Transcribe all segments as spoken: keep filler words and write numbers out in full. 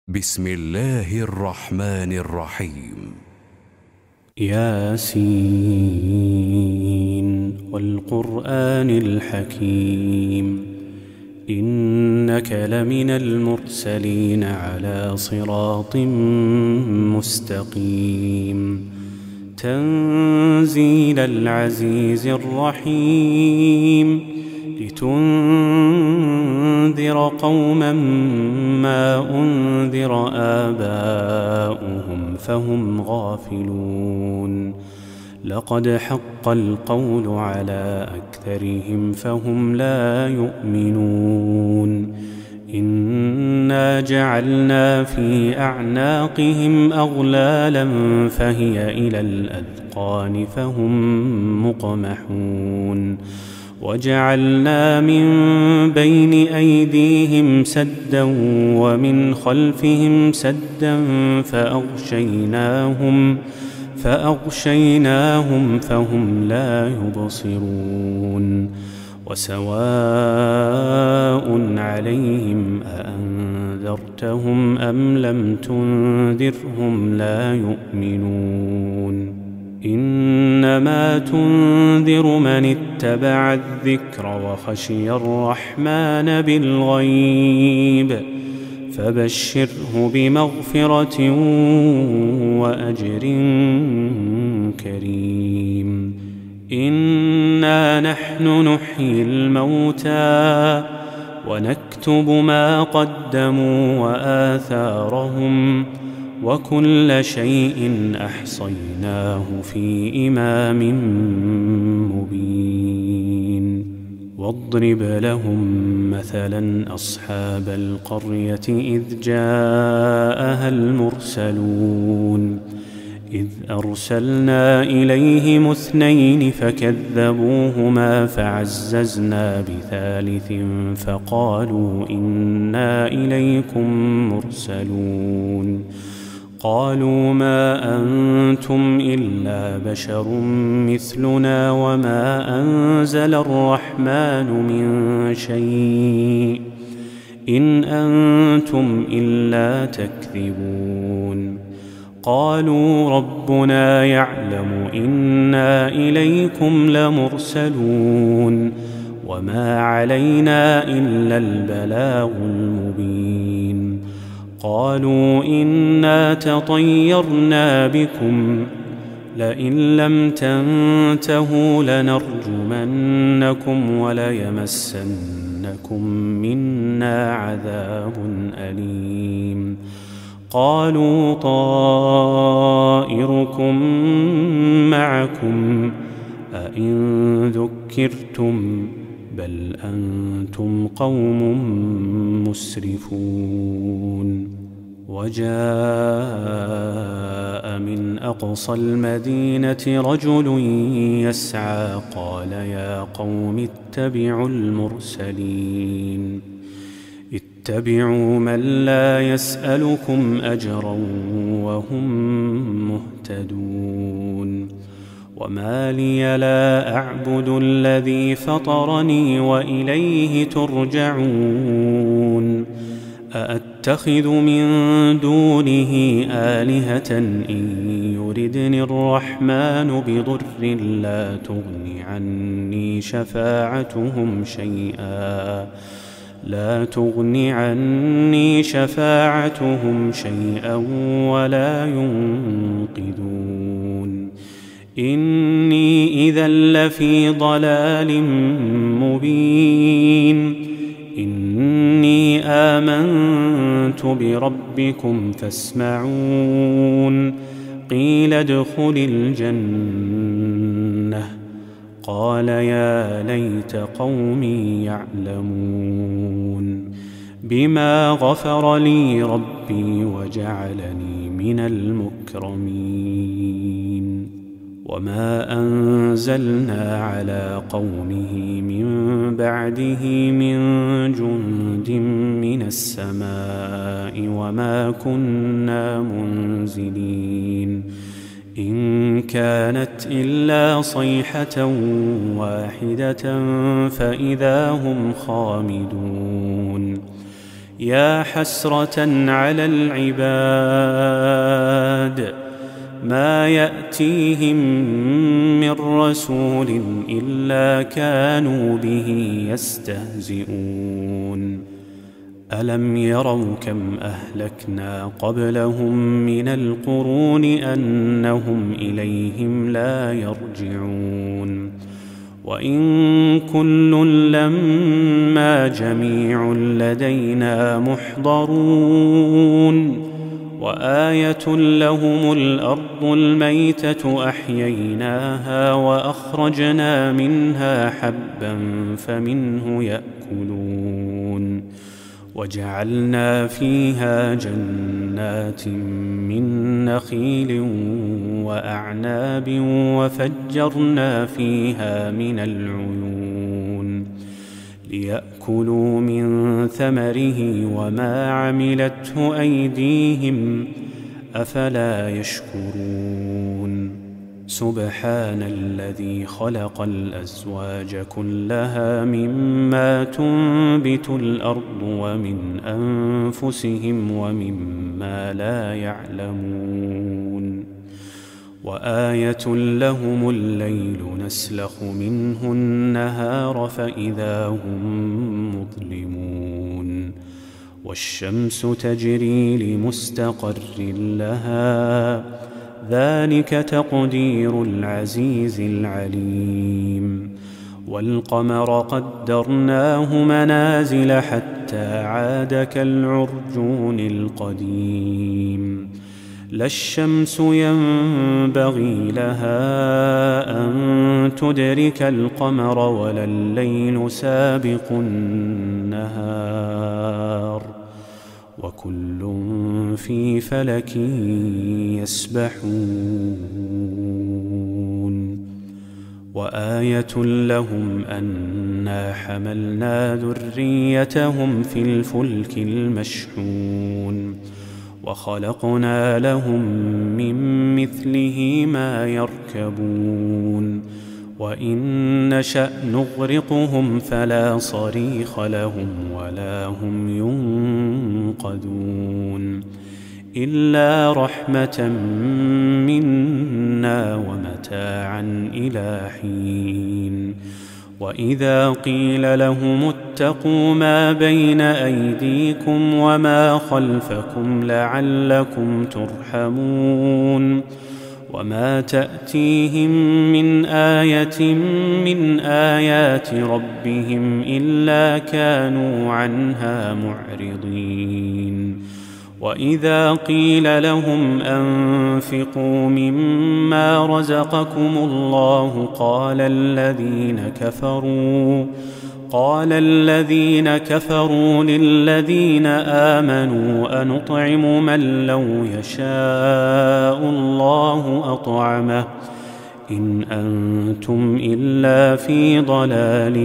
بسم الله الرحمن الرحيم. ياسين والقرآن الحكيم إنك لمن المرسلين على صراط مستقيم تنزيل العزيز الرحيم لتنذر قوما ما أنذر آباؤهم فهم غافلون لقد حق القول على أكثرهم فهم لا يؤمنون إنا جعلنا في أعناقهم أغلالا فهي إلى الأذقان فهم مقمحون وجعلنا من بين أيديهم سدا ومن خلفهم سدا فأغشيناهم فأغشيناهم فهم لا يبصرون وسواء عليهم أأنذرتهم أم لم تنذرهم لا يؤمنون إنما تنذر من اتبع الذكر وخشي الرحمن بالغيب فبشره بمغفرة وأجر كريم إنا نحن نحيي الموتى ونكتب ما قدموا وآثارهم وكل شيء أحصيناه في إمام مبين واضرب لهم مثلا أصحاب القرية إذ جاءها المرسلون إذ أرسلنا إليهم اثنين فكذبوهما فعززنا بثالث فقالوا إنا إليكم مرسلون قالوا ما أنتم إلا بشر مثلنا وما أنزل الرحمن من شيء إن أنتم إلا تكذبون قالوا ربنا يعلم إنا إليكم لمرسلون وما علينا إلا البلاغ المبين قالوا إنا تطيرنا بكم لئن لم تنتهوا لنرجمنكم وليمسنكم منا عذاب أليم قالوا طائركم معكم أئن ذكرتم بل أنتم قوم مسرفون وجاء من أقصى المدينة رجل يسعى قال يا قوم اتبعوا المرسلين اتبعوا من لا يسألكم أجرا وهم مهتدون وما لي لا أعبد الذي فطرني وإليه ترجعون أأتخذ من دونه آلهة إن يردني الرحمن بضر لا تغن عني شفاعتهم شيئا لا تغن عني شفاعتهم شيئا ولا ينقذون إني إذا لفي ضلال مبين إني آمنت بربكم فاسمعون قيل ادخل الجنة قال يا ليت قومي يعلمون بما غفر لي ربي وجعلني من المكرمين وما أنزلنا على قومه من بعده من جند من السماء وما كنا منزلين إن كانت إلا صيحة واحدة فإذا هم خامدون يا حسرة على العباد ما يأتيهم من رسول إلا كانوا به يستهزئون ألم يروا كم أهلكنا قبلهم من القرون أنهم إليهم لا يرجعون وإن كل لما جميع لدينا محضرون وآية لهم الأرض الميتة أحييناها وأخرجنا منها حبا فمنه يأكلون وجعلنا فيها جنات من نخيل وأعناب وفجرنا فيها من العيون ليأكلوا من ثمره وما عملته أيديهم أفلا يشكرون سبحان الذي خلق الأزواج كلها مما تنبت الأرض ومن أنفسهم ومما لا يعلمون وآية لهم الليل نسلخ منه النهار فإذا هم مظلمون والشمس تجري لمستقر لها ذلك تقدير العزيز العليم والقمر قدرناه منازل حتى عاد كالعرجون القديم لا الشمس ينبغي لها أن تدرك القمر ولا الليل سابق النهار وكل في فلك يسبحون وآية لهم أنا حملنا ذريتهم في الفلك المشحون وخلقنا لهم من مثله ما يركبون وإن نشأ نغرقهم فلا صريخ لهم ولا هم ينقذون إلا رحمة منا ومتاعا إلى حين وإذا قيل لهم اتقوا ما بين أيديكم وما خلفكم لعلكم ترحمون وما تأتيهم من آية من آيات ربهم إلا كانوا عنها معرضين وإذا قيل لهم أنفقوا مما رزقكم الله قال الذين كفروا قال الذين كفروا للذين آمنوا أنطعم من لو يشاء الله أطعمه إن أنتم إلا في ضلال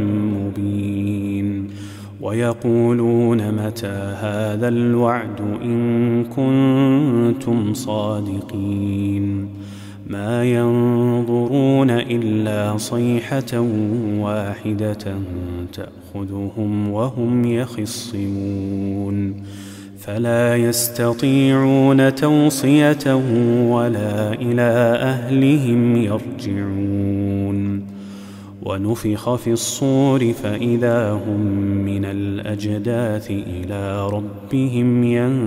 مبين ويقولون متى هذا الوعد إن كنتم صادقين ما ينظرون إلا صيحة واحدة تأخذهم وهم يخصمون فلا يستطيعون توصية ولا إلى أهلهم يرجعون ونفخ في الصور فإذا هم من الأجداث إلى ربهم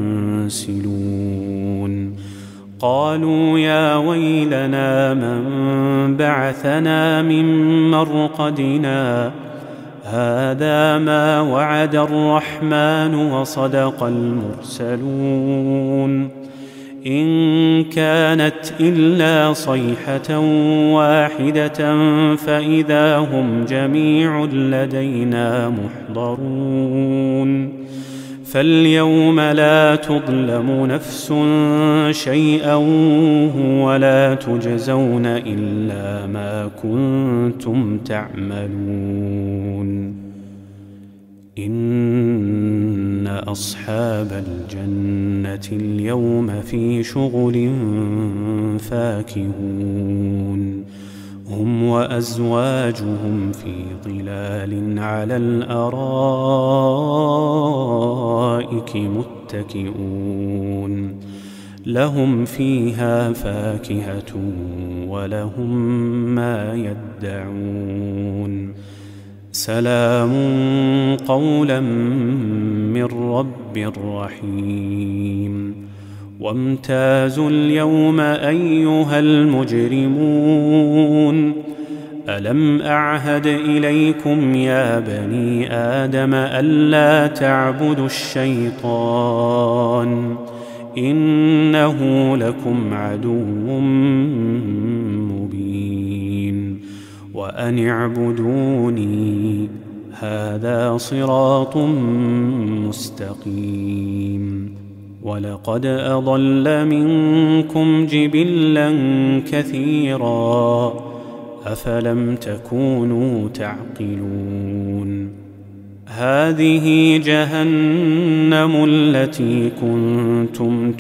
ينسلون قالوا يا ويلنا من بعثنا من مرقدنا هذا ما وعد الرحمن وصدق المرسلون إن كانت إلا صيحة واحدة فإذا هم جميع لدينا محضرون فاليوم لا تظلم نفس شيئا ولا تجزون إلا ما كنتم تعملون إن أصحاب الجنة اليوم في شغل فاكهون هم وأزواجهم في ظلال على الأرائك متكئون لهم فيها فاكهة ولهم ما يدعون سلام قولا من رب رحيم وامتازوا اليوم أيها المجرمون ألم أعهد إليكم يا بني آدم ألا تعبدوا الشيطان إنه لكم عدو مبين وأن اعبدوني هذا صراط مستقيم ولقد أضل منكم جبلا كثيرا أفلم تكونوا تعقلون هذه جهنم التي كنتم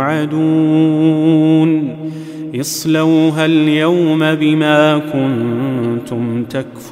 توعدون اصلوها اليوم بما كنتم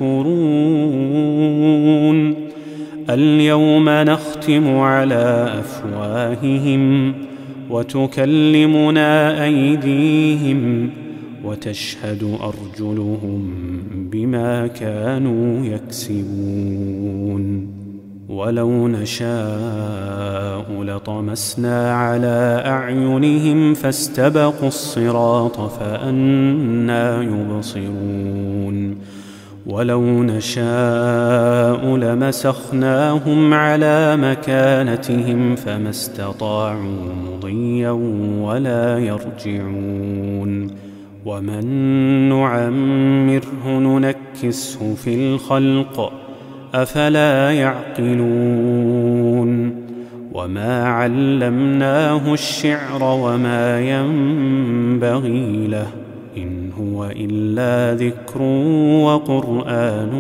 تكفرون اليوم نختم على أفواههم وتكلمنا أيديهم وتشهد أرجلهم بما كانوا يكسبون ولو نشاء لطمسنا على أعينهم فاستبقوا الصراط فأنى يبصرون ولو نشاء لمسخناهم على مكانتهم فما استطاعوا مضيا ولا يرجعون ومن نعمره ننكسه في الخلق أفلا يعقلون وما علمناه الشعر وما ينبغي له إن هو إلا ذكر وقرآن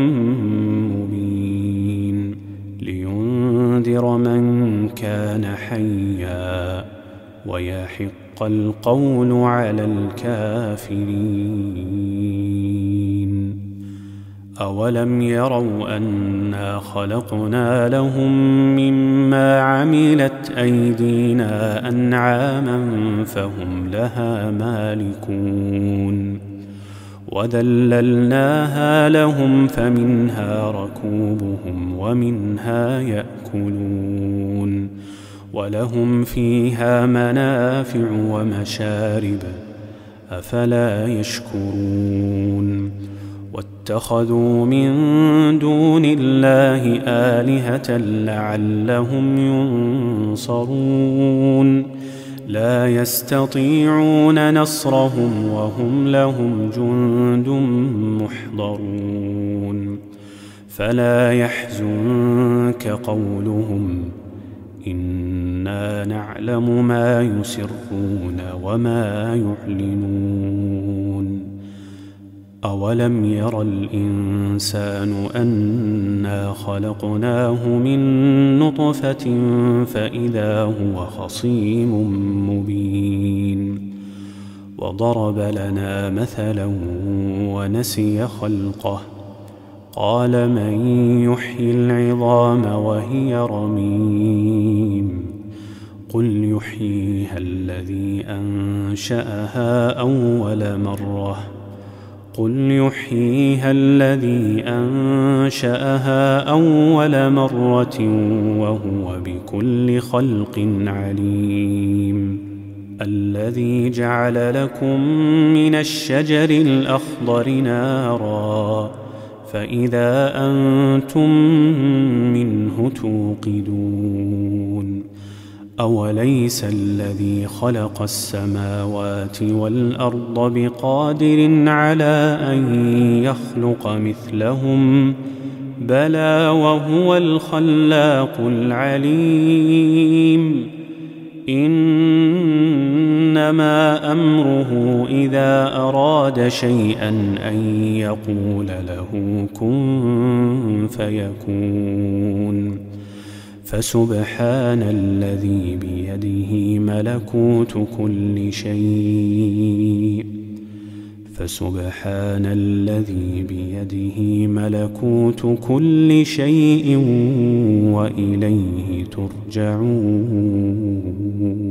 مبين لينذر من كان حيا ويحق القول على الكافرين أولم يروا أنا خلقنا لهم مما عملت أيدينا أنعاما فهم لها مالكون وذللناها لهم فمنها ركوبهم ومنها يأكلون ولهم فيها منافع ومشارب أفلا يشكرون واتخذوا من دون الله آلهة لعلهم ينصرون لا يستطيعون نصرهم وهم لهم جند محضرون فلا يحزنك قولهم إنا نعلم ما يسرون وما يعلنون أولم ير الإنسان أنا خلقناه من نطفة فإذا هو خصيم مبين وضرب لنا مثلا ونسي خلقه قال من يحيي العظام وهي رميم قل يحييها الذي أنشأها أول مرة قل يحييها الذي أنشأها أول مرة وهو بكل خلق عليم الذي جعل لكم من الشجر الأخضر نارا فإذا أنتم منه توقدون أوليس الذي خلق السماوات والأرض بقادر على أن يخلق مثلهم بلى وهو الخلاق العليم إنما أمره إذا أراد شيئا أن يقول له كن فيكون فسبحان الذي بيده ملكوت كل شيء فسبحان الذي بيده ملكوت كل شيء وإليه ترجعون.